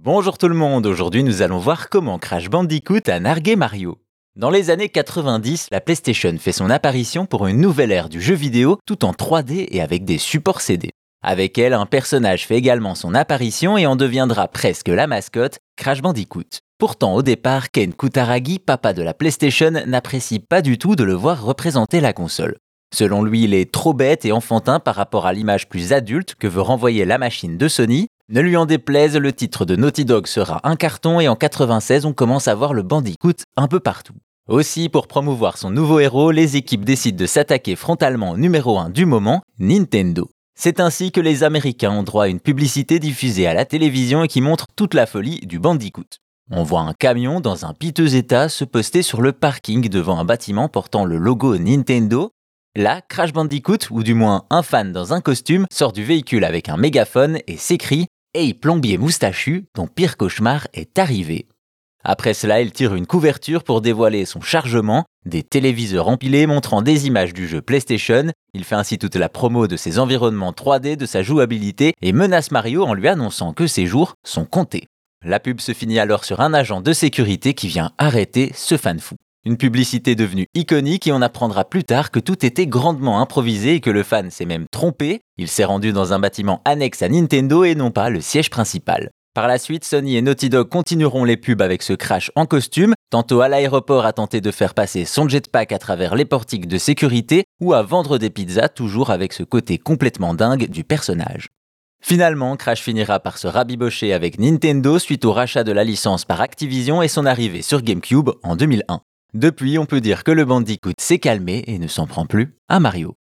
Bonjour tout le monde, aujourd'hui nous allons voir comment Crash Bandicoot a nargué Mario. Dans les années 90, la PlayStation fait son apparition pour une nouvelle ère du jeu vidéo tout en 3D et avec des supports CD. Avec elle, un personnage fait également son apparition et en deviendra presque la mascotte, Crash Bandicoot. Pourtant au départ, Ken Kutaragi, papa de la PlayStation, n'apprécie pas du tout de le voir représenter la console. Selon lui, il est trop bête et enfantin par rapport à l'image plus adulte que veut renvoyer la machine de Sony. Ne lui en déplaise, le titre de Naughty Dog sera un carton et en 96, on commence à voir le Bandicoot un peu partout. Aussi, pour promouvoir son nouveau héros, les équipes décident de s'attaquer frontalement au numéro 1 du moment, Nintendo. C'est ainsi que les Américains ont droit à une publicité diffusée à la télévision et qui montre toute la folie du Bandicoot. On voit un camion dans un piteux état se poster sur le parking devant un bâtiment portant le logo Nintendo. Là, Crash Bandicoot, ou du moins un fan dans un costume, sort du véhicule avec un mégaphone et s'écrie « Hey plombier moustachu, ton pire cauchemar est arrivé ». Après cela, il tire une couverture pour dévoiler son chargement, des téléviseurs empilés montrant des images du jeu PlayStation. Il fait ainsi toute la promo de ses environnements 3D, de sa jouabilité et menace Mario en lui annonçant que ses jours sont comptés. La pub se finit alors sur un agent de sécurité qui vient arrêter ce fan fou. Une publicité devenue iconique et on apprendra plus tard que tout était grandement improvisé et que le fan s'est même trompé. Il s'est rendu dans un bâtiment annexe à Nintendo et non pas le siège principal. Par la suite, Sony et Naughty Dog continueront les pubs avec ce Crash en costume, tantôt à l'aéroport à tenter de faire passer son jetpack à travers les portiques de sécurité ou à vendre des pizzas toujours avec ce côté complètement dingue du personnage. Finalement, Crash finira par se rabibocher avec Nintendo suite au rachat de la licence par Activision et son arrivée sur GameCube en 2001. Depuis, on peut dire que le Bandicoot s'est calmé et ne s'en prend plus à Mario.